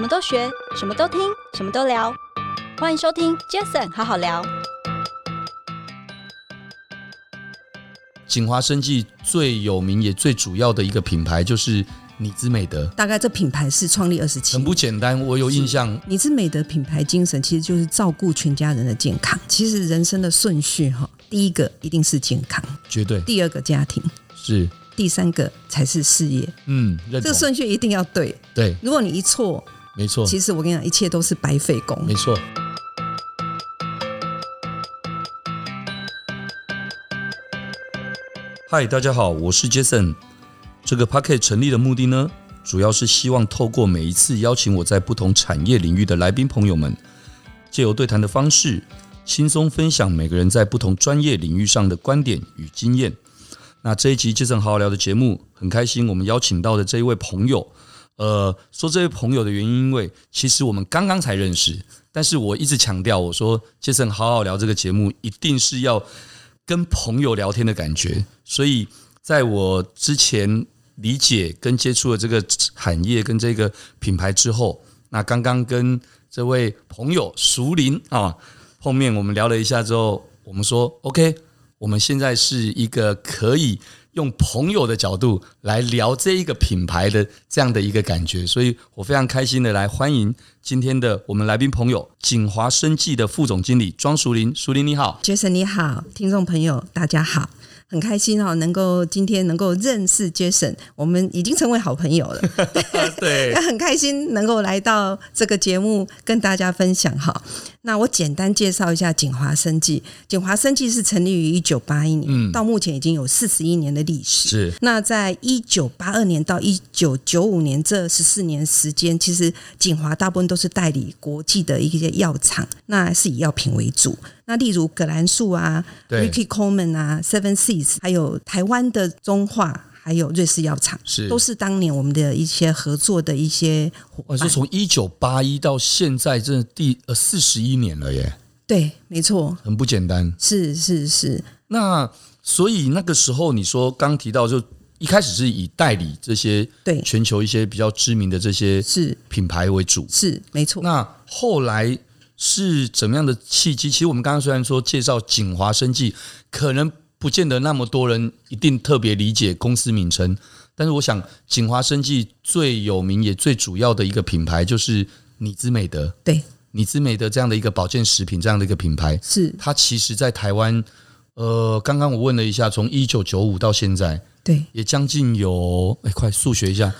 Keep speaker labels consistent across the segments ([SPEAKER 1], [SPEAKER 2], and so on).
[SPEAKER 1] 什么都学，什么都听，什么都聊。欢迎收听 Jason 好好聊。
[SPEAKER 2] 锦华生技最有名也最主要的一个品牌就是你之美德，
[SPEAKER 3] 大概这品牌是创立27年，
[SPEAKER 2] 很不简单。我有印象，
[SPEAKER 3] 你之美德品牌精神其实就是照顾全家人的健康。其实人生的顺序，第一个一定是健康，
[SPEAKER 2] 绝对。
[SPEAKER 3] 第二个家庭，
[SPEAKER 2] 是
[SPEAKER 3] 第三个才是事业。
[SPEAKER 2] 认同。
[SPEAKER 3] 这个顺序一定要对。
[SPEAKER 2] 对，
[SPEAKER 3] 如果你一错，
[SPEAKER 2] 没错。
[SPEAKER 3] 其实我跟你讲，一切都是白费功。
[SPEAKER 2] 没错。嗨，大家好，我是 Jason。这个 Podcast 成立的目的呢，主要是希望透过每一次邀请我在不同产业领域的来宾朋友们，借由对谈的方式，轻松分享每个人在不同专业领域上的观点与经验。那这一集 Jason 好好聊的节目，很开心我们邀请到的这一位朋友，说这位朋友的原因，因为其实我们刚刚才认识，但是我一直强调，我说 Jason 好好聊这个节目一定是要跟朋友聊天的感觉，所以在我之前理解跟接触了这个产业跟这个品牌之后，那刚刚跟这位朋友熟龄碰面，我们聊了一下之后，我们说 OK， 我们现在是一个可以用朋友的角度来聊这一个品牌的这样的一个感觉，所以我非常开心的来欢迎今天的我们来宾朋友锦华生技的副总经理庄淑玲。淑玲你好。
[SPEAKER 3] Jason 你好，听众朋友大家好，很开心今天能够认识 Jason， 我们已经成为好朋友了。
[SPEAKER 2] 对，
[SPEAKER 3] 很开心能够来到这个节目跟大家分享。那我简单介绍一下锦华生技。锦华生技是成立于1981年，到目前已经有41年的历史。
[SPEAKER 2] 是。
[SPEAKER 3] 那在1982年到1995年这14年时间，其实锦华大部分都是代理国际的一些药厂，那是以药品为主。那例如葛兰素Ricky Coleman Seven Seas， 还有台湾的中化，还有瑞士药厂，都是当年我们的一些合作的一些伙伴。
[SPEAKER 2] 说从1981到现在，真的第41年了耶。
[SPEAKER 3] 对，没错，
[SPEAKER 2] 很不简单。
[SPEAKER 3] 是。
[SPEAKER 2] 那所以那个时候你说刚提到，就一开始是以代理这些全球一些比较知名的这些品牌为主，
[SPEAKER 3] 是没错。
[SPEAKER 2] 那后来是怎么样的契机？其实我们刚刚虽然说介绍锦华生技，可能不见得那么多人一定特别理解公司名称，但是我想锦华生技最有名也最主要的一个品牌就是你之美德。对，你之美德这样的一个保健食品这样的一个品牌，是它其实在台湾刚刚我问了一下，从1995到现在，对，也将近有快数学一下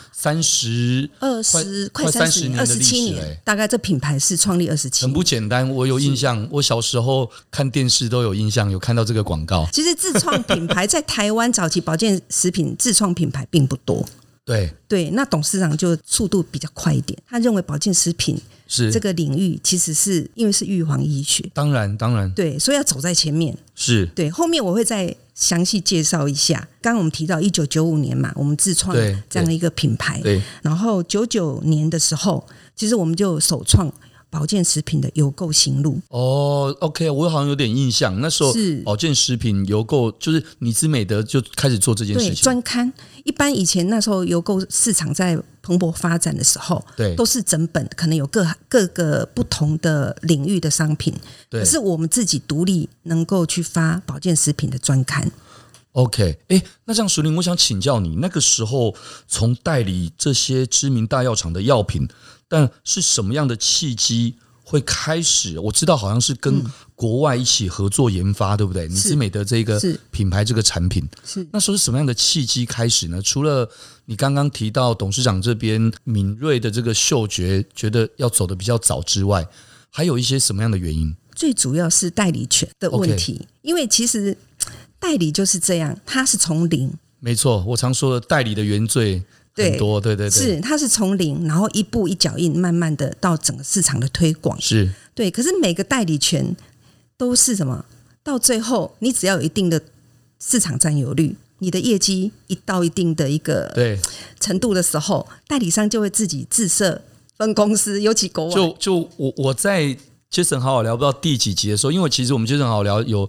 [SPEAKER 2] 快30年的历史了。
[SPEAKER 3] 大概这品牌是创立27年，
[SPEAKER 2] 很不简单。我有印象，我小时候看电视都有印象，有看到这个广告。
[SPEAKER 3] 其实自创品牌在台湾早期保健食品自创品牌并不多。对，那董事长就速度比较快一点，他认为保健食品是这个领域其实是因为是预防医学，当然对，所以要走在前面。是对，后面我会再详细介绍一下。刚刚我们提到1995年嘛，我们自创这样的一个品牌，对，然后99年的时候，其实我们就首创保健食品的邮购行路。
[SPEAKER 2] OK， 我好像有点印象，那时候保健食品邮购就是你之美德就开始做这件事情。对，专刊。一般以前那时候邮购市场在蓬勃发展的时候，对，都是整本可能有各个不同的领域的商品，可是我们自己独立能够去发保健食品的专刊。 OK， 那这样淑玲，我想请教你，那个时候从代理这些知名大药厂的药品，但是什么样的契机会开始？我知道好像是跟国外一起合作研发，对不对？你之美德这个品牌这个产品，是那时候是什么样的契机开始呢？除了你刚刚提到董事长这边敏锐的这个嗅觉，觉得要走得比较早之外，还有一些什么样的原因？
[SPEAKER 3] 最主要是代理权的问题，因为其实代理就是这样，它是从零。
[SPEAKER 2] 没错，我常说的代理的原罪很多，对，
[SPEAKER 3] 是它是从零，然后一步一脚印，慢慢的到整个市场的推广，是对。可是每个代理权都是什么？到最后，你只要有一定的市场占有率，你的业绩一到一定的一个程度的时候，代理商就会自己自设分公司，尤其国外。
[SPEAKER 2] 我在Jason好好聊不知道第几集的时候，因为其实我们Jason好好聊有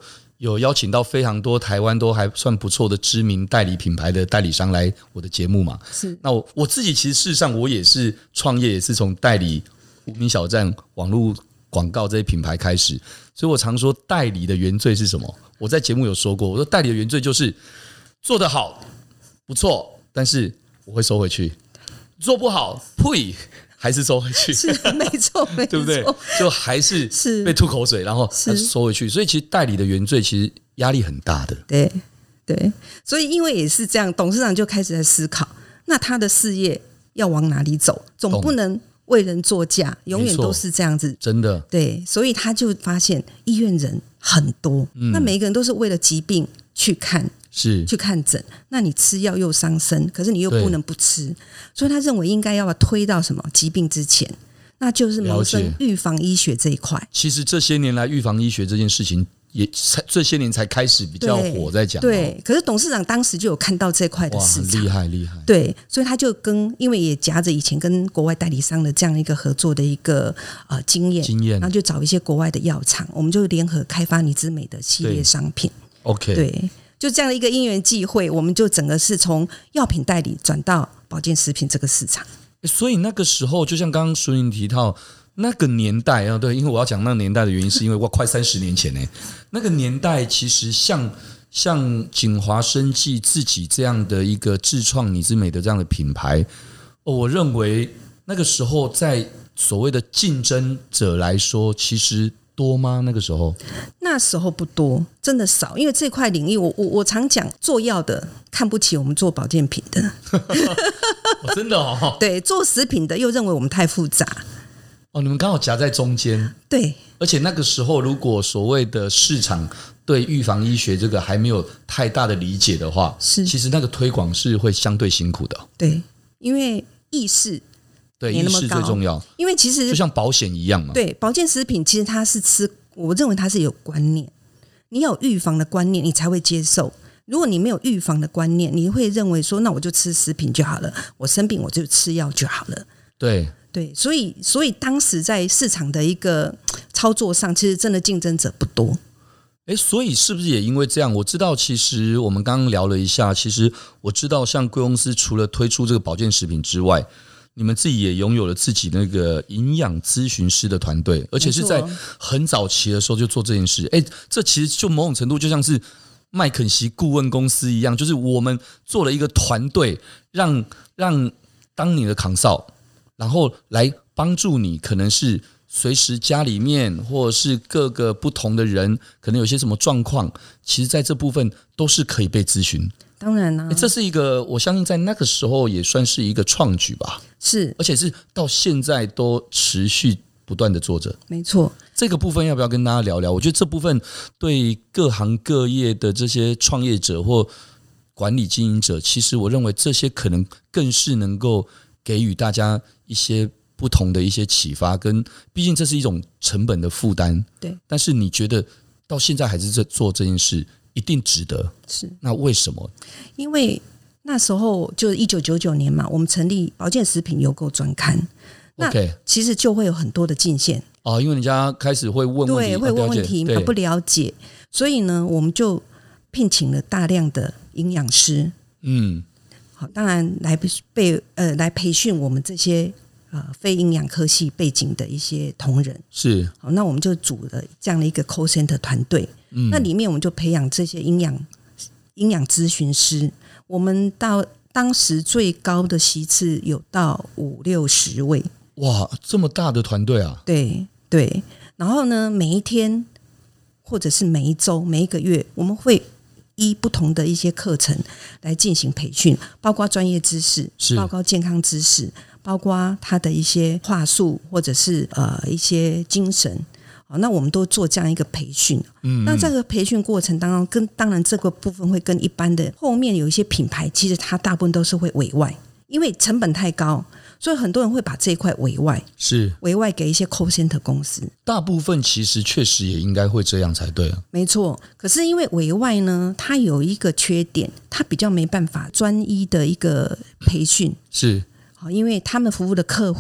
[SPEAKER 2] 有邀请到非常多台湾都还算不错的知名代理品牌的代理商来我的节目嘛。
[SPEAKER 3] 是。
[SPEAKER 2] 那我自己其实事实上我也是创业，也是从代理无名小站、网络广告这些品牌开始，所以我常说代理的原罪是什么？我在节目有说过，我说代理的原罪就是做得好不错，但是我会收回去；做不好，呸，还是收回去。
[SPEAKER 3] 是没错，没错，
[SPEAKER 2] 对不对？就还是被吐口水，然后收回去。所以其实代理的原罪其实压力很大的。
[SPEAKER 3] 对对，所以因为也是这样，董事长就开始在思考，那他的事业要往哪里走？总不能为人作嫁，永远都是这样子。
[SPEAKER 2] 真的。
[SPEAKER 3] 对，所以他就发现医院人很多，那每一个人都是为了疾病去看。
[SPEAKER 2] 是
[SPEAKER 3] 去看诊，那你吃药又伤身，可是你又不能不吃，所以他认为应该要把推到什么疾病之前，那就是谋生预防医学这一块。
[SPEAKER 2] 其实这些年来，预防医学这件事情也这些年才开始比较火在讲。
[SPEAKER 3] 对，可是董事长当时就有看到这块的市场，
[SPEAKER 2] 厉害厉害。
[SPEAKER 3] 对，所以他就因为也夹着以前跟国外代理商的这样一个合作的一个经验，然后就找一些国外的药厂，我们就联合开发尼之美的系列商品。
[SPEAKER 2] OK，
[SPEAKER 3] 对。就这样的一个因缘际会，我们就整个是从药品代理转到保健食品这个市场。
[SPEAKER 2] 所以那个时候，就像刚刚淑玲提到那个年代啊，对，因为我要讲那个年代的原因，是因为我快30年前呢，那个年代其实像锦华生技自己这样的一个自创尼之美的这样的品牌，我认为那个时候在所谓的竞争者来说，其实多吗？那个时候
[SPEAKER 3] 不多，真的少，因为这块领域我常讲，做药的看不起我们做保健品的。
[SPEAKER 2] 真的哦。
[SPEAKER 3] 对，做食品的又认为我们太复杂。
[SPEAKER 2] 你们刚好夹在中间。
[SPEAKER 3] 对，
[SPEAKER 2] 而且那个时候如果所谓的市场对预防医学这个还没有太大的理解的话，其实那个推广是会相对辛苦的。对，
[SPEAKER 3] 因为意识
[SPEAKER 2] 对，意识最重要。
[SPEAKER 3] 因为其实
[SPEAKER 2] 就像保险一样嘛。
[SPEAKER 3] 对，保健食品其实它是我认为它是有观念，你有预防的观念，你才会接受。如果你没有预防的观念，你会认为说，那我就吃食品就好了，我生病我就吃药就好了。
[SPEAKER 2] 对
[SPEAKER 3] 对，所以当时在市场的一个操作上，其实真的竞争者不多。
[SPEAKER 2] 所以是不是也因为这样？我知道，其实我们刚刚聊了一下，其实我知道，像贵公司除了推出这个保健食品之外，你们自己也拥有了自己那个营养咨询师的团队，而且是在很早期的时候就做这件事。这其实就某种程度就像是麦肯锡顾问公司一样，就是我们做了一个团队，让当你的consult，然后来帮助你，可能是随时家里面或者是各个不同的人，可能有些什么状况，其实在这部分都是可以被咨询。
[SPEAKER 3] 当然啦，
[SPEAKER 2] 这是一个我相信在那个时候也算是一个创举吧。
[SPEAKER 3] 是，
[SPEAKER 2] 而且是到现在都持续不断的做着。
[SPEAKER 3] 没错，
[SPEAKER 2] 这个部分要不要跟大家聊聊？我觉得这部分对各行各业的这些创业者或管理经营者，其实我认为这些可能更是能够给予大家一些不同的一些启发，跟毕竟这是一种成本的负担。
[SPEAKER 3] 对，
[SPEAKER 2] 但是你觉得到现在还是在做这件事，一定值得。
[SPEAKER 3] 是，
[SPEAKER 2] 那为什么？
[SPEAKER 3] 因为那时候就是1999年嘛，我们成立保健食品邮购专刊，那其实就会有很多的进线
[SPEAKER 2] 因为人家开始会问问题，
[SPEAKER 3] 对，会问问题，不了解，所以呢，我们就聘请了大量的营养师，好，当然来培训我们这些非营养科系背景的一些同仁，
[SPEAKER 2] 是
[SPEAKER 3] 好，那我们就组了这样的一个 call center 团队，那里面我们就培养这些营养咨询师，我们到当时最高的席次有到50-60位。
[SPEAKER 2] 哇，这么大的团队啊！
[SPEAKER 3] 对对，然后呢，每一天或者是每一周、每一个月，我们会依不同的一些课程来进行培训，包括专业知识，包括健康知识，包括他的一些话术或者是一些精神。那我们都做这样一个培训，那这个培训过程当中，当然这个部分会跟一般的后面有一些品牌，其实它大部分都是会委外，因为成本太高，所以很多人会把这一块委外给一些 call center 公司。
[SPEAKER 2] 大部分其实确实也应该会这样才对啊。
[SPEAKER 3] 没错，可是因为委外呢，它有一个缺点，它比较没办法专一的一个培训，
[SPEAKER 2] 是
[SPEAKER 3] 好，因为他们服务的客户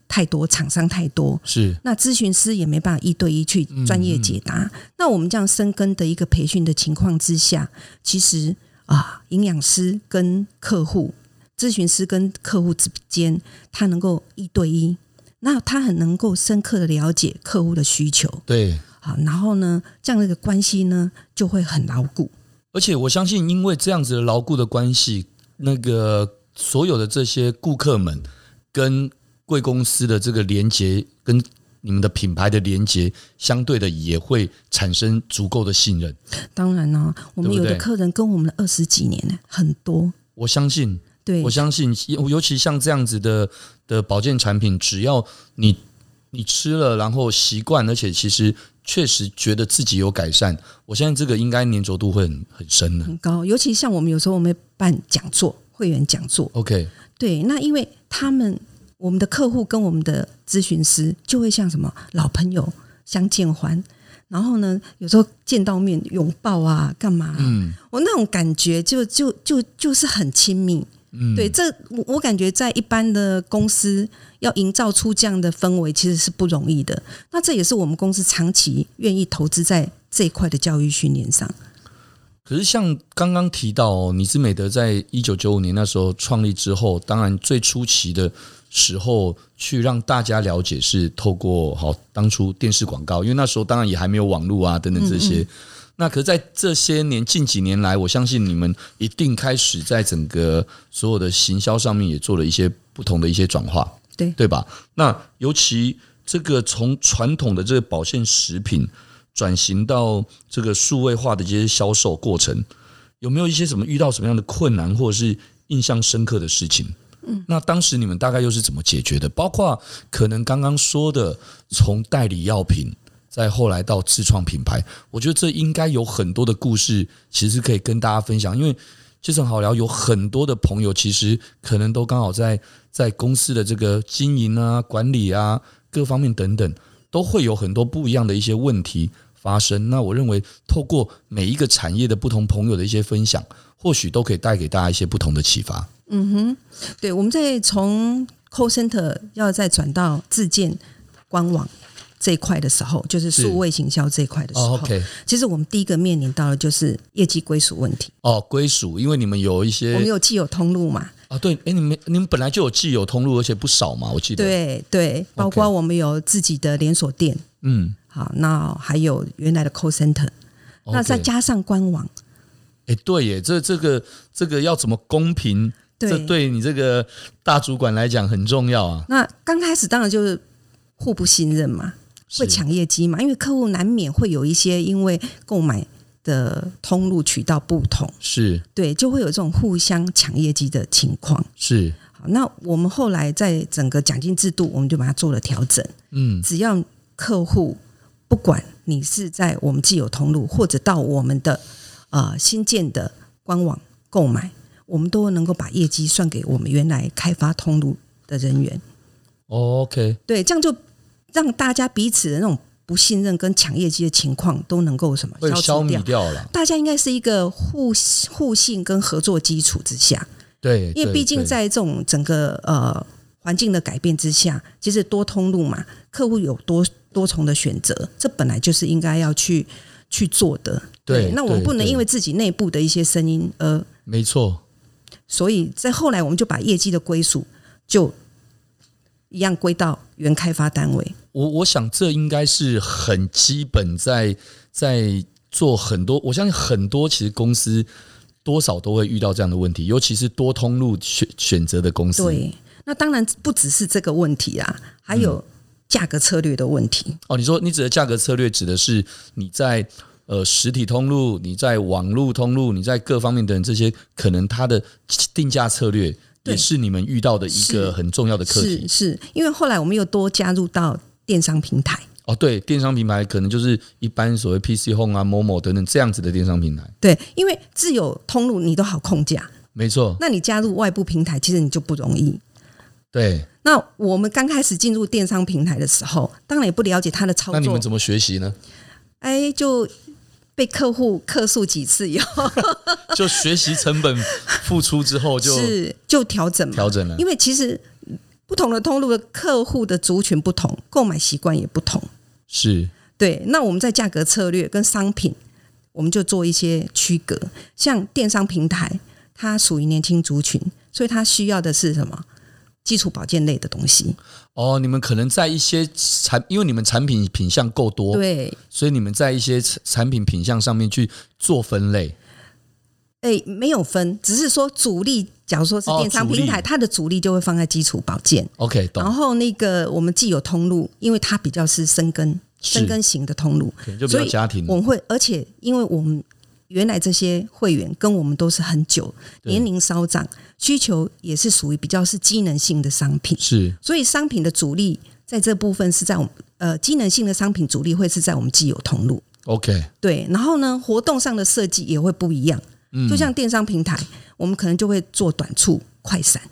[SPEAKER 3] 太多，厂商太多，
[SPEAKER 2] 是
[SPEAKER 3] 那咨询师也没办法一对一去专业解答。那我们这样深耕的一个培训的情况之下，其实营养师跟客户、咨询师跟客户之间，他能够一对一，那他很能够深刻的了解客户的需求。
[SPEAKER 2] 对，
[SPEAKER 3] 好，然后呢，这样的一个关系呢，就会很牢固。
[SPEAKER 2] 而且我相信，因为这样子的牢固的关系，那个所有的这些顾客们跟贵公司的这个连结，跟你们的品牌的连结，相对的也会产生足够的信任。
[SPEAKER 3] 当然呢，我们有的客人跟我们20几年呢，很多。
[SPEAKER 2] 我相信，
[SPEAKER 3] 对，
[SPEAKER 2] 我相信，尤其像这样子的保健产品，只要你吃了，然后习惯，而且其实确实觉得自己有改善，我相信这个应该粘着度会很深的，
[SPEAKER 3] 很高。尤其像我们有时候我们办讲座，会员讲座
[SPEAKER 2] ，OK，
[SPEAKER 3] 对，那因为我们的客户跟我们的咨询师就会像什么老朋友相见欢，然后呢，有时候见到面拥抱啊，干嘛、我那种感觉就是很亲密。对，这我感觉在一般的公司要营造出这样的氛围，其实是不容易的。那这也是我们公司长期愿意投资在这一块的教育训练上。
[SPEAKER 2] 可是像刚刚提到尼姿美德在1995年那时候创立之后，当然最初期的时候去让大家了解是透过当初电视广告，因为那时候当然也还没有网络啊等等这些。那可是在这些近几年来，我相信你们一定开始在整个所有的行销上面也做了一些不同的一些转化，对吧？那尤其这个从传统的这个保健食品转型到这个数位化的这些销售过程，有没有一些遇到什么样的困难，或者是印象深刻的事情？那当时你们大概又是怎么解决的？包括可能刚刚说的从代理药品再后来到自创品牌，我觉得这应该有很多的故事其实可以跟大家分享。因为杰森好聊有很多的朋友其实可能都刚好在公司的这个经营啊、管理啊各方面等等，都会有很多不一样的一些问题发生。那我认为透过每一个产业的不同朋友的一些分享，或许都可以带给大家一些不同的启发。
[SPEAKER 3] 对，我们在从 call center 要再转到自建官网这一块的时候，就是数位行销这一块的时候、其实我们第一个面临到的就是业绩归属问题。
[SPEAKER 2] 归属，因为你们有一些，
[SPEAKER 3] 我们有既有通路嘛。
[SPEAKER 2] 对，你们本来就有既有通路，而且不少嘛，我记得。
[SPEAKER 3] 对，包括我们有自己的连锁店，好，那还有原来的 call center，那再加上官网。
[SPEAKER 2] 对耶，这个要怎么公平？这对你这个大主管来讲很重要啊。
[SPEAKER 3] 那刚开始当然就是互不信任嘛，会抢业绩嘛，因为客户难免会有一些因为购买的通路渠道不同，对，就会有这种互相抢业绩的情况。好，那我们后来在整个奖金制度，我们就把它做了调整。只要客户不管你是在我们既有通路，或者到我们的新建的官网购买，我们都能够把业绩算给我们原来开发通路的人员。
[SPEAKER 2] OK，
[SPEAKER 3] 对，这样就让大家彼此的那种不信任跟抢业绩的情况都能够
[SPEAKER 2] 会消弭掉了。
[SPEAKER 3] 大家应该是一个互信跟合作基础之下。
[SPEAKER 2] 对，
[SPEAKER 3] 因为毕竟在这种整个环境的改变之下，其实多通路嘛，客户有多重的选择，这本来就是应该要去做的。对，那我们不能因为自己内部的一些声音
[SPEAKER 2] 没错。
[SPEAKER 3] 所以在后来我们就把业绩的归属就一样归到原开发单位。
[SPEAKER 2] 我想这应该是很基本，在做很多，我相信很多其实公司多少都会遇到这样的问题，尤其是多通路选择的公司。
[SPEAKER 3] 对，那当然不只是这个问题啦，还有价格策略的问题。
[SPEAKER 2] 你说你指的价格策略指的是你在实体通路，你在网络通路，你在各方面的这些，可能它的定价策略也是你们遇到的一个很重要的课题。
[SPEAKER 3] 是因为后来我们又多加入到电商平台。
[SPEAKER 2] 对，电商平台可能就是一般所谓 PC Home 啊、Momo 等等这样子的电商平台。
[SPEAKER 3] 对，因为自有通路你都好控价，
[SPEAKER 2] 没错。
[SPEAKER 3] 那你加入外部平台，其实你就不容易。
[SPEAKER 2] 对。
[SPEAKER 3] 那我们刚开始进入电商平台的时候，当然也不了解它的操作。
[SPEAKER 2] 那你们怎么学习呢？
[SPEAKER 3] 就被客户客诉几次以后
[SPEAKER 2] 就学习成本付出之后就调整了。
[SPEAKER 3] 因为其实不同的通路的客户的族群不同，购买习惯也不同。
[SPEAKER 2] 是，
[SPEAKER 3] 对。那我们在价格策略跟商品，我们就做一些区隔。像电商平台，它属于年轻族群，所以它需要的是什么？基础保健类的东西。
[SPEAKER 2] 你们可能在一些因为你们产品品项够多，
[SPEAKER 3] 对，
[SPEAKER 2] 所以你们在一些产品品项上面去做分类。
[SPEAKER 3] 没有分，只是说主力，假如说是电商平台，它的主力就会放在基础保健。
[SPEAKER 2] OK， 懂。
[SPEAKER 3] 然后那个我们既有通路，因为它比较是深耕型的通路，
[SPEAKER 2] 就比较家庭。
[SPEAKER 3] 我们会，而且因为我们原来这些会员跟我们都是很久，年龄稍长，需求也是属于比较是机能性的商品，
[SPEAKER 2] 是，
[SPEAKER 3] 所以商品的主力在这部分是在我们机能性的商品主力会是在我们既有通路。
[SPEAKER 2] OK，
[SPEAKER 3] 对，然后呢，活动上的设计也会不一样。就像电商平台，我们可能就会做短促、快闪。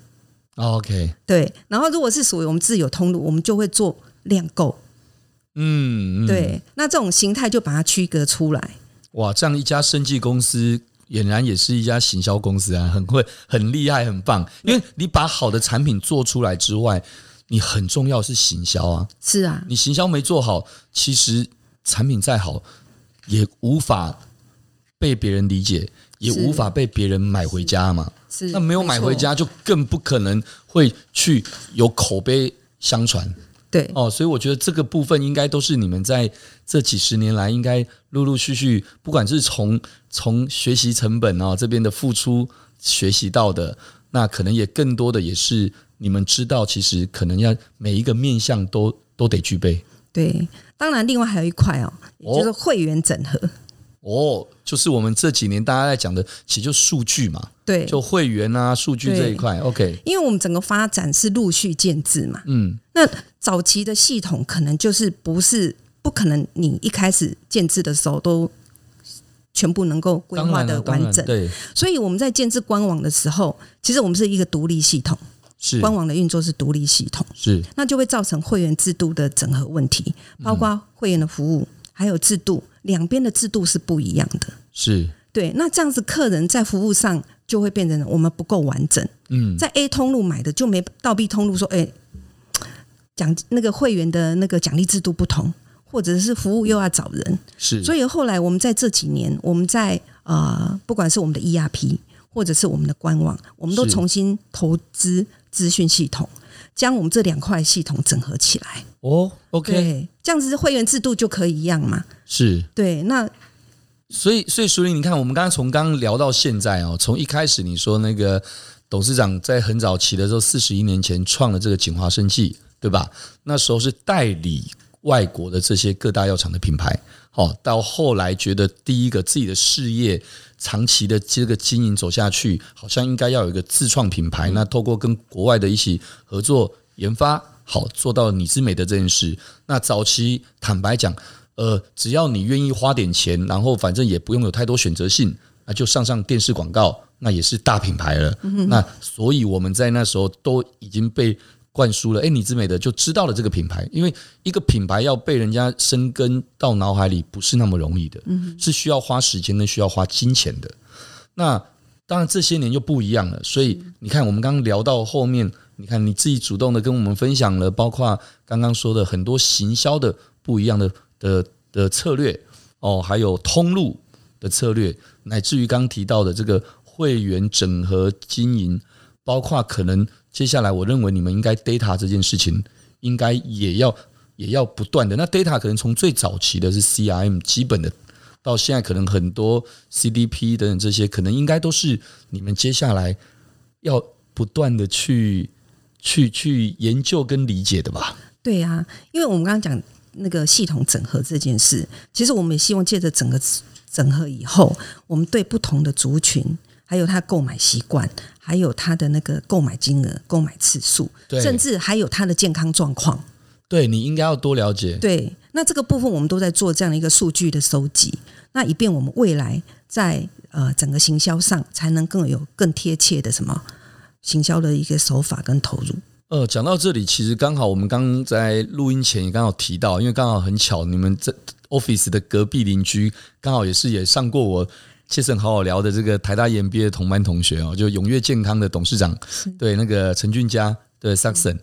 [SPEAKER 2] OK，
[SPEAKER 3] 对。然后如果是属于我们自有通路，我们就会做量购。对。那这种形态就把它区隔出来。
[SPEAKER 2] 哇，这样一家生技公司俨然也是一家行销公司啊，很会、很厉害、很棒。因为你把好的产品做出来之外，你很重要是行销啊。
[SPEAKER 3] 是啊，
[SPEAKER 2] 你行销没做好，其实产品再好也无法被别人理解。也无法被别人买回家嘛，那没有买回家就更不可能会去有口碑相传。
[SPEAKER 3] 对
[SPEAKER 2] 所以我觉得这个部分应该都是你们在这几十年来应该陆陆续续，不管是从学习成本这边的付出学习到的，那可能也更多的也是你们知道，其实可能要每一个面向都得具备。
[SPEAKER 3] 对，当然另外还有一块也就是会员整合。
[SPEAKER 2] 就是我们这几年大家在讲的，其实就数据嘛，
[SPEAKER 3] 对，
[SPEAKER 2] 就会员啊，数据这一块 ，OK。
[SPEAKER 3] 因为我们整个发展是陆续建制嘛，那早期的系统可能就是不可能，你一开始建制的时候都全部能够规划的完整，
[SPEAKER 2] 对。
[SPEAKER 3] 所以我们在建制官网的时候，其实我们是一个独立系统，
[SPEAKER 2] 是
[SPEAKER 3] 官网的运作是独立系统，
[SPEAKER 2] 是，
[SPEAKER 3] 那就会造成会员制度的整合问题，包括会员的服务。还有制度，两边的制度是不一样的。
[SPEAKER 2] 是，
[SPEAKER 3] 对。那这样子，客人在服务上就会变成我们不够完整。在 A 通路买的就没到 B 通路说，讲那个会员的那个奖励制度不同，或者是服务又要找人。
[SPEAKER 2] 是。
[SPEAKER 3] 所以后来我们在这几年，我们在不管是我们的 ERP 或者是我们的官网，我们都重新投资资讯系统，将我们这两块系统整合起来。
[SPEAKER 2] OK，
[SPEAKER 3] 对，这样子会员制度就可以一样嘛？
[SPEAKER 2] 是，
[SPEAKER 3] 对。那
[SPEAKER 2] 所以淑玲，你看我们从刚刚聊到现在从一开始你说那个董事长在很早期的时候，41年前创了这个锦华生技，对吧？那时候是代理外国的这些各大药厂的品牌，到后来觉得第一个自己的事业长期的这个经营走下去，好像应该要有一个自创品牌，那透过跟国外的一起合作研发。好，做到你之美的这件事。那早期坦白讲，只要你愿意花点钱，然后反正也不用有太多选择性，那就上电视广告，那也是大品牌了。那所以我们在那时候都已经被灌输了，你之美的就知道了这个品牌，因为一个品牌要被人家生根到脑海里不是那么容易的，是需要花时间的，需要花金钱的。那当然这些年就不一样了，所以你看我们刚刚聊到后面。你看你自己主动的跟我们分享了，包括刚刚说的很多行销的不一样的策略还有通路的策略，乃至于刚刚提到的这个会员整合经营，包括可能接下来我认为你们应该 data 这件事情应该也要不断的。那 data 可能从最早期的是 CRM 基本的，到现在可能很多 CDP 等等这些，可能应该都是你们接下来要不断的去研究跟理解的吧？
[SPEAKER 3] 对啊，因为我们刚刚讲那个系统整合这件事，其实我们也希望借着整个整合以后，我们对不同的族群，还有他购买习惯，还有他的那个购买金额、购买次数，甚至还有他的健康状况，
[SPEAKER 2] 对你应该要多了解。
[SPEAKER 3] 对，那这个部分我们都在做这样的一个数据的收集，那以便我们未来在整个行销上才能更贴切的行销的一个手法跟投入。
[SPEAKER 2] 讲到这里，其实刚好我们刚在录音前也刚好提到，因为刚好很巧，你们这 office 的隔壁邻居刚好也上过我Jason好好聊的这个台大EMBA的同班同学就永跃健康的董事长，对，那个陈俊佳，对 Saxon。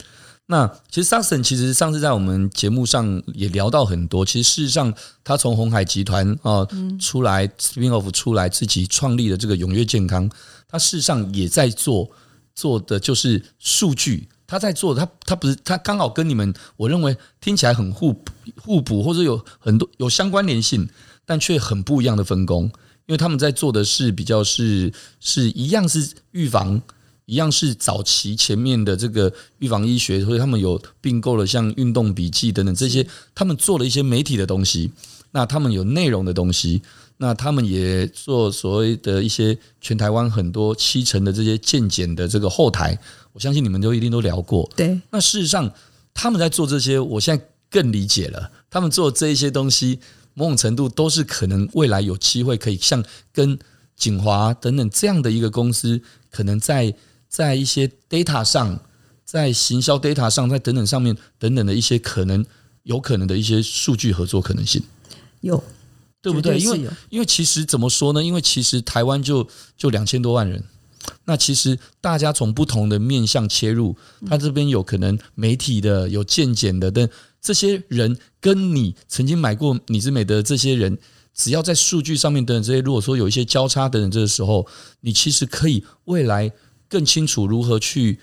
[SPEAKER 2] 那其实 Saxon 其实上次在我们节目上也聊到很多，其实事实上他从鸿海集团出来 spin off 出来，自己创立的这个永跃健康，他事实上也在做的就是数据，他在做他不是他刚好跟你们我认为听起来很互补，或者有很多有相关联性，但却很不一样的分工，因为他们在做的是比较是一样是预防。一样是早期前面的这个预防医学，所以他们有并购了像运动笔记等等这些，他们做了一些媒体的东西，那他们有内容的东西，那他们也做所谓的一些全台湾很多70%的这些健检的这个后台，我相信你们一定都聊过。
[SPEAKER 3] 对，
[SPEAKER 2] 那事实上他们在做这些，我现在更理解了，他们做这一些东西，某种程度都是可能未来有机会可以像跟景华等等这样的一个公司，可能在一些 data 上，在行销 data 上，在等等上面等等的一些有可能的一些数据合作可能性，
[SPEAKER 3] 有，
[SPEAKER 2] 对不对？因为其实怎么说呢？因为其实台湾就2000多万人，那其实大家从不同的面向切入，他这边有可能媒体的，有健检的，但这些人跟你曾经买过你之美的这些人，只要在数据上面等等这些，如果说有一些交叉等等这个时候，你其实可以未来更清楚如何去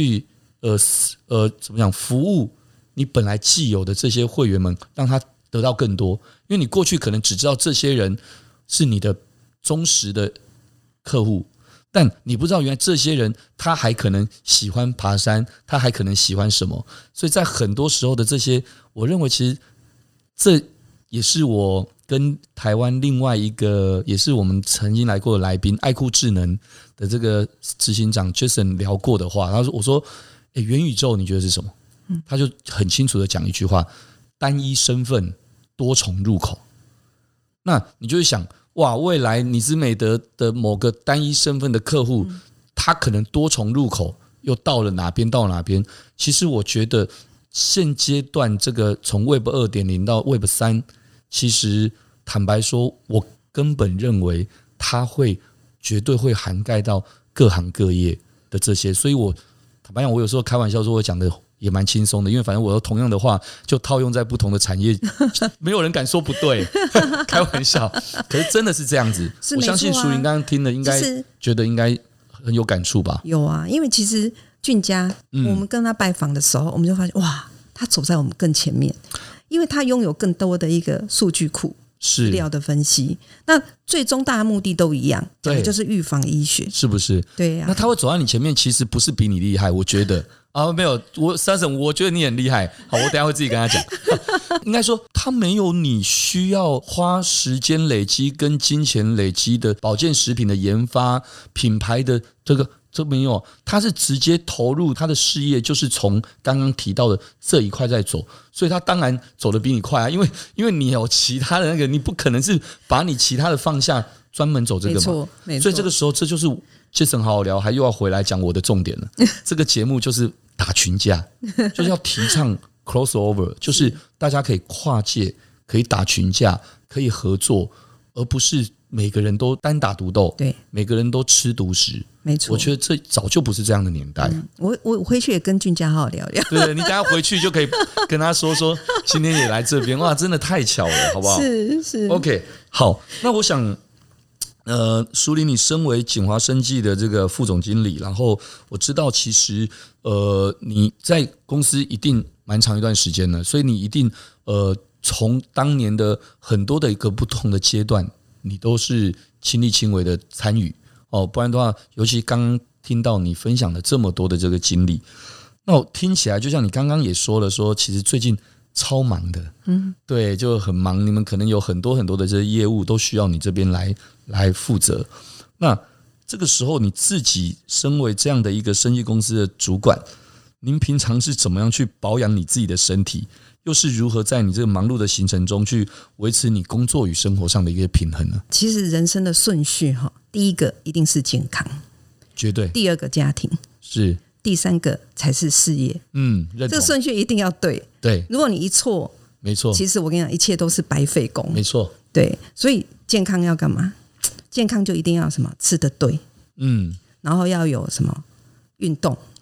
[SPEAKER 2] 怎么讲服务你本来既有的这些会员们，让他得到更多。因为你过去可能只知道这些人是你的忠实的客户，但你不知道原来这些人他还可能喜欢爬山，他还可能喜欢什么。所以在很多时候的这些，我认为其实这也是我跟台湾另外一个也是我们曾经来过的来宾爱酷智能的这个执行长 Jason 聊过的话，我说元宇宙你觉得是什么？他就很清楚的讲一句话：单一身份多重入口。那你就会想，哇，未来你之美德的某个单一身份的客户，他可能多重入口又到了哪边到哪边。其实我觉得现阶段这个从 Web 2.0 到 Web 3，其实坦白说，我根本认为它绝对会涵盖到各行各业的这些，所以我坦白讲，我有时候开玩笑说我讲的也蛮轻松的，因为反正我有同样的话就套用在不同的产业，没有人敢说不对，开玩笑。可是真的是这样子，我相信淑玲刚刚听了应该觉得应该很有感触吧？
[SPEAKER 3] 有啊，因为其实俊佳，我们跟他拜访的时候，我们就发现哇，他走在我们更前面。因为他拥有更多的一个数据库资料的分析，那最终大家目的都一样，对，就是预防医学，
[SPEAKER 2] 是不是？
[SPEAKER 3] 对啊。
[SPEAKER 2] 那他会走在你前面，其实不是比你厉害，我觉得没有，Saxon，我觉得你很厉害。好，我等一下会自己跟他讲。应该说，他没有你需要花时间累积跟金钱累积的保健食品的研发、品牌的这没有，他是直接投入他的事业，就是从刚刚提到的这一块在走，所以他当然走得比你快啊，因为你有其他的那个，你不可能是把你其他的放下，专门走这个嘛。没错。所以这个时候，这就是Jason好好聊，还又要回来讲我的重点了。这个节目就是打群架，就是要提倡 crossover， 就是大家可以跨界，可以打群架，可以合作，而不是每个人都单打独斗，对，每个人都吃独食。没错，我觉得这早就不是这样的年代。
[SPEAKER 3] 我回去也跟俊佳好好聊聊。
[SPEAKER 2] 对，你等一下回去就可以跟他说今天也来这边，哇，真的太巧了，好不好？
[SPEAKER 3] 是
[SPEAKER 2] OK， 好，那我想，淑玲，你身为景华生技的这个副总经理，然后我知道其实你在公司一定蛮长一段时间了，所以你一定从当年的很多的一个不同的阶段，你都是亲力亲为的参与。不然的话，尤其刚刚听到你分享了这么多的这个经历，那我听起来就像你刚刚也说了，说其实最近超忙的，对，就很忙，你们可能有很多很多的这些业务都需要你这边来负责。那这个时候你自己身为这样的一个生技公司的主管，您平常是怎么样去保养你自己的身体？又是如何在你这个忙碌的行程中去维持你工作与生活上的一个平衡呢？
[SPEAKER 3] 其实人生的顺序第一个一定是健康，
[SPEAKER 2] 绝对；
[SPEAKER 3] 第二个家庭，
[SPEAKER 2] 是；
[SPEAKER 3] 第三个才是事业。
[SPEAKER 2] 认同。
[SPEAKER 3] 这个顺序一定要对。
[SPEAKER 2] 对，
[SPEAKER 3] 如果你一错，
[SPEAKER 2] 没错，
[SPEAKER 3] 其实我跟你讲，一切都是白费功。
[SPEAKER 2] 没错，
[SPEAKER 3] 对，所以健康要干嘛？健康就一定要什么吃得对，然后要有什么运动。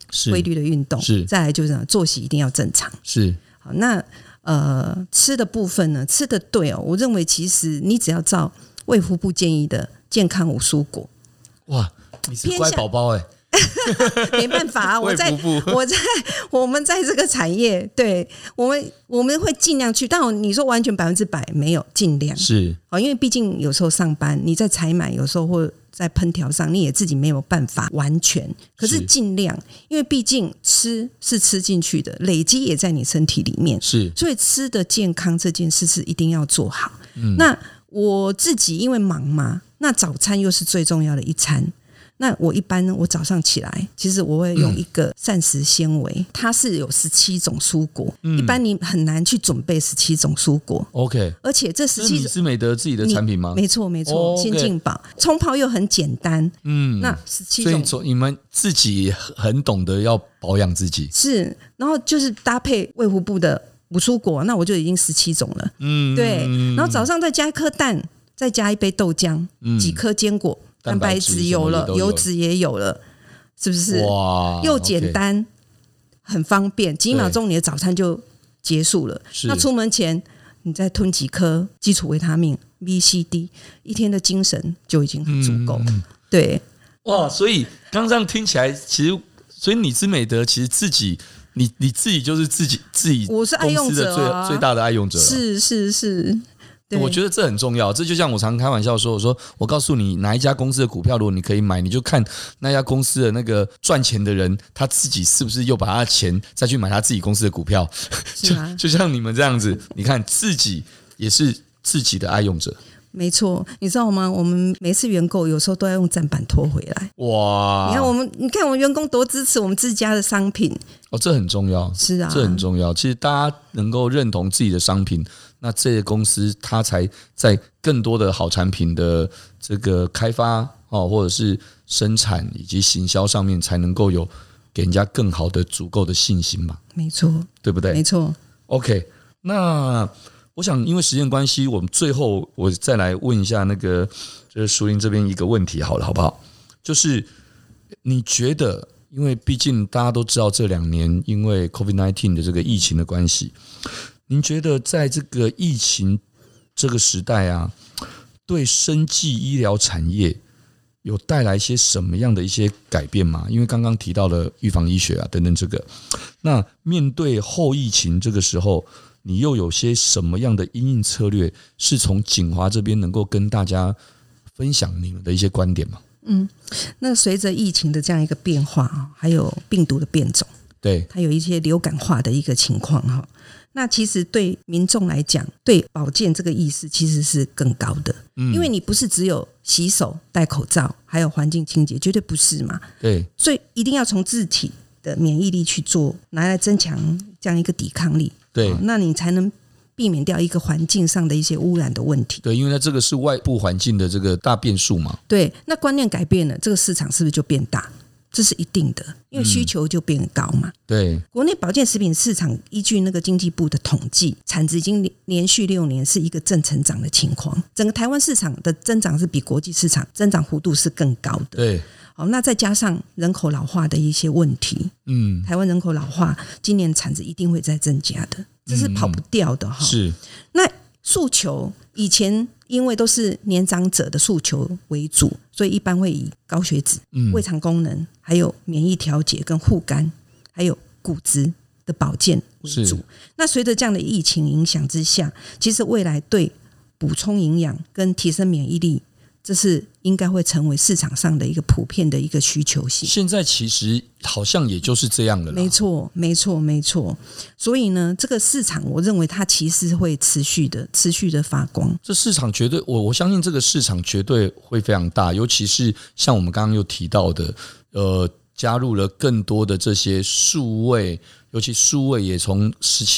[SPEAKER 3] 规律的运动，
[SPEAKER 2] 是
[SPEAKER 3] 再来就是作息一定要正常。
[SPEAKER 2] 是
[SPEAKER 3] 好，那吃的部分呢，吃的对哦，我认为其实你只要照卫福部建议的健康5蔬果，
[SPEAKER 2] 哇，你是乖宝宝
[SPEAKER 3] 没办法啊，我们在这个产业，对我们会尽量去，但你说完全100%没有，尽量
[SPEAKER 2] 是
[SPEAKER 3] 好，因为毕竟有时候上班你在采买，有时候或在烹调上你也自己没有办法完全，可是尽量，因为毕竟吃是吃进去的，累积也在你身体里面，
[SPEAKER 2] 是，
[SPEAKER 3] 所以吃的健康这件事是一定要做好。那我自己因为忙嘛，那早餐又是最重要的一餐。那我一般我早上起来，其实我会用一个膳食纤维，它是有17种蔬果，一般你很难去准备17种蔬果。
[SPEAKER 2] OK，
[SPEAKER 3] 而且这17种
[SPEAKER 2] 是米之美德自己的产品吗？
[SPEAKER 3] 没错没错，新进宝冲泡又很简单。那17种，
[SPEAKER 2] 所以你们自己很懂得要保养自己。
[SPEAKER 3] 是，然后就是搭配卫福部的5蔬果，那我就已经17种了。对，然后早上再加一颗蛋，再加一杯豆浆，几颗坚果。蛋白质有了，油脂也有了，是不是？哇，又简单，很方便，几秒钟你的早餐就结束了。那出门前你再吞几颗基础维他命 B、C、D， 一天的精神就已经很足够。对，
[SPEAKER 2] 哇，所以刚这样听起来，其实，所以你之美德其实自己，你自己就是自己，我是爱用者啊，最大的爱用者，
[SPEAKER 3] 是。
[SPEAKER 2] 我觉得这很重要，这就像我常开玩笑说，我说我告诉你哪一家公司的股票，如果你可以买，你就看那家公司的那个赚钱的人，他自己是不是又把他的钱再去买他自己公司的股票，就像你们这样子，你看自己也是自己的爱用者。
[SPEAKER 3] 没错，你知道吗？我们每次原购有时候都要用毡板拖回来。哇！你看我们员工多支持我们自家的商品
[SPEAKER 2] 哦，这很重要。是啊，这很重要。其实大家能够认同自己的商品，那这些公司它才在更多的好产品的这个开发或者是生产以及行销上面，才能够有给人家更好的足够的信心嘛。
[SPEAKER 3] 没错，
[SPEAKER 2] 对不对？
[SPEAKER 3] 没错。
[SPEAKER 2] OK， 那我想因为时间关系，我们最后我再来问一下那个就是淑玲这边一个问题好了，好不好？就是你觉得，因为毕竟大家都知道这2年因为 COVID-19 的这个疫情的关系，您觉得在这个疫情这个时代啊，对生技医疗产业有带来一些什么样的一些改变吗？因为刚刚提到了预防医学啊等等这个，那面对后疫情这个时候，你又有些什么样的因应策略是从景华这边能够跟大家分享你们的一些观点吗？
[SPEAKER 3] 那随着疫情的这样一个变化，还有病毒的变种，对，它有一些流感化的一个情况哈。那其实对民众来讲，对保健这个意识其实是更高的，因为你不是只有洗手、戴口罩，还有环境清洁，绝对不是嘛。对，所以一定要从自体的免疫力去做，拿来增强这样一个抵抗力。对，那你才能避免掉一个环境上的一些污染的问题。对，
[SPEAKER 2] 因为这个是外部环境的这个大变数嘛。
[SPEAKER 3] 对，那观念改变了，这个市场是不是就变大？这是一定的，因为需求就变高嘛。对，国内保健食品市场依据那个经济部的统计，产值已经连续6年是一个正成长的情况。整个台湾市场的增长是比国际市场增长幅度是更高的。对。好，那再加上人口老化的一些问题，台湾人口老化，今年产值一定会再增加的，这是跑不掉的哈。是，那诉求以前因为都是年长者的诉求为主，所以一般会以高血脂、胃肠功能，还有免疫调节跟护肝，还有骨质的保健为主。那随着这样的疫情影响之下，其实未来对补充营养跟提升免疫力，这是应该会成为市场上的一个普遍的一个需求性。
[SPEAKER 2] 现在其实好像也就是这样了啦。
[SPEAKER 3] 没错，没错，没错。所以呢，这个市场我认为它其实会持续的发光。
[SPEAKER 2] 这市场绝对，我相信这个市场绝对会非常大，尤其是像我们刚刚又提到的，加入了更多的这些数位，尤其数位也从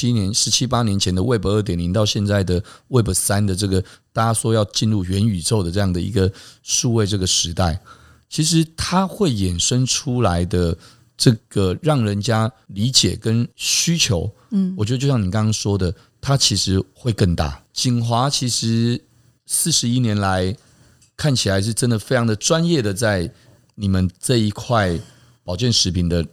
[SPEAKER 2] 17、18年前的 Web 2.0 到现在的 Web 3的这个大家说要进入元宇宙的这样的一个数位这个时代，其实它会衍生出来的这个让人家理解跟需求，我觉得就像你刚刚说的，它其实会更大。景华其实41年来看起来是真的非常的专业的在你们这一块保健食品的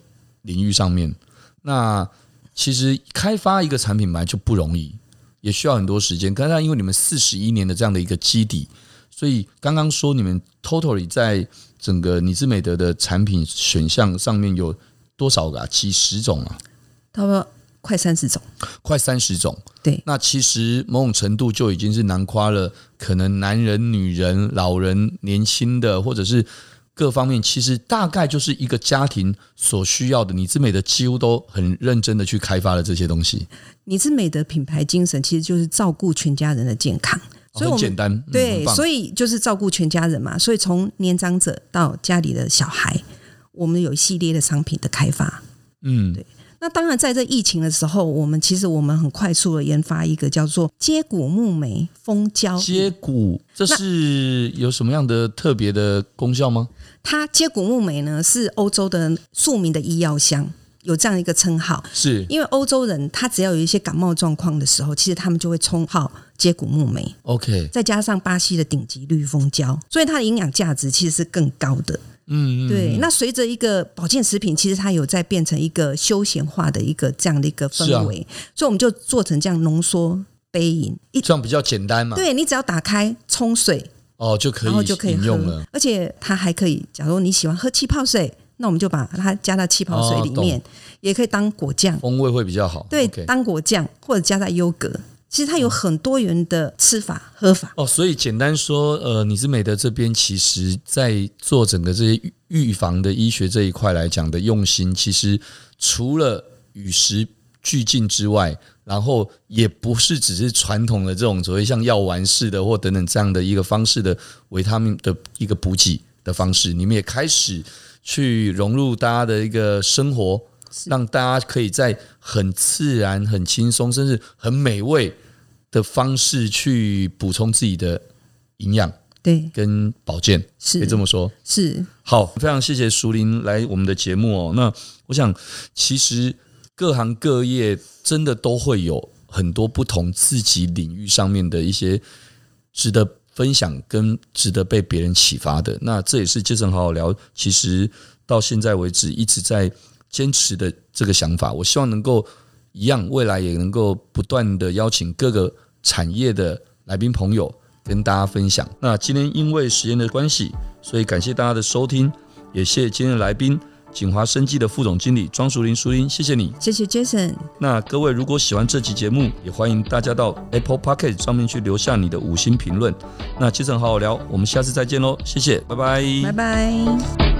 [SPEAKER 2] 领域上面。那其实开发一个产品本来就不容易，也需要很多时间。刚才因为你们41年的这样的一个基底，所以刚刚说你们 totally 在整个尼兹美德的产品选项上面有多少个几十种啊？
[SPEAKER 3] 差不多快30种，
[SPEAKER 2] 快30种。
[SPEAKER 3] 对，
[SPEAKER 2] 那其实某种程度就已经是囊括了可能男人、女人、老人、年轻的，或者是各方面，其实大概就是一个家庭所需要的。尼兹美德几乎都很认真的去开发了这些东西。
[SPEAKER 3] 尼兹美德品牌精神其实就是照顾全家人的健康。所以
[SPEAKER 2] 很简单，
[SPEAKER 3] 对，所以就是照顾全家人嘛。所以从年长者到家里的小孩，我们有一系列的商品的开发。对。那当然，在这疫情的时候，我们很快速的研发一个叫做接骨木莓蜂胶。
[SPEAKER 2] 接骨，这是有什么样的特别的功效吗？
[SPEAKER 3] 它接骨木莓呢，是欧洲的著名的医药箱。有这样一个称号，
[SPEAKER 2] 是
[SPEAKER 3] 因为欧洲人他只要有一些感冒状况的时候，其实他们就会冲泡接骨木莓
[SPEAKER 2] ，OK，
[SPEAKER 3] 再加上巴西的顶级绿蜂胶，所以它的营养价值其实是更高的。对。那随着一个保健食品，其实它有在变成一个休闲化的一个这样的一个氛围，所以我们就做成这样浓缩杯饮，
[SPEAKER 2] 这样比较简单嘛。
[SPEAKER 3] 对，你只要打开冲水
[SPEAKER 2] 就可以饮用了，
[SPEAKER 3] 而且它还可以，假如你喜欢喝气泡水，那我们就把它加到气泡水里面，也可以当果酱，
[SPEAKER 2] 风味会比较好。
[SPEAKER 3] 对，当果酱或者加在优格，其实它有很多元的吃法喝法。
[SPEAKER 2] 所以简单说，尼兹美德这边其实在做整个这些预防的医学这一块来讲的用心，其实除了与时俱进之外，然后也不是只是传统的这种所谓像药丸式的或等等这样的一个方式的维他命的一个补给的方式，你们也开始去融入大家的一个生活，让大家可以在很自然、很轻松，甚至很美味的方式去补充自己的营养，
[SPEAKER 3] 对，
[SPEAKER 2] 跟保健，可以这么说。
[SPEAKER 3] 是。
[SPEAKER 2] 好，非常谢谢淑玲来我们的节目那我想，其实各行各业真的都会有很多不同自己领域上面的一些值得分享跟值得被别人启发的。那这也是Jason好好聊其实到现在为止一直在坚持的这个想法。我希望能够一样，未来也能够不断的邀请各个产业的来宾朋友跟大家分享。那今天因为时间的关系，所以感谢大家的收听，也谢谢今天的来宾锦华生技的副总经理庄淑玲，淑玲，谢谢你，
[SPEAKER 3] 谢谢 Jason。
[SPEAKER 2] 那各位如果喜欢这期节目，也欢迎大家到 Apple Podcast 上面去留下你的5星评论。那Jason好好聊，我们下次再见喽，谢谢，拜拜，
[SPEAKER 3] 拜拜。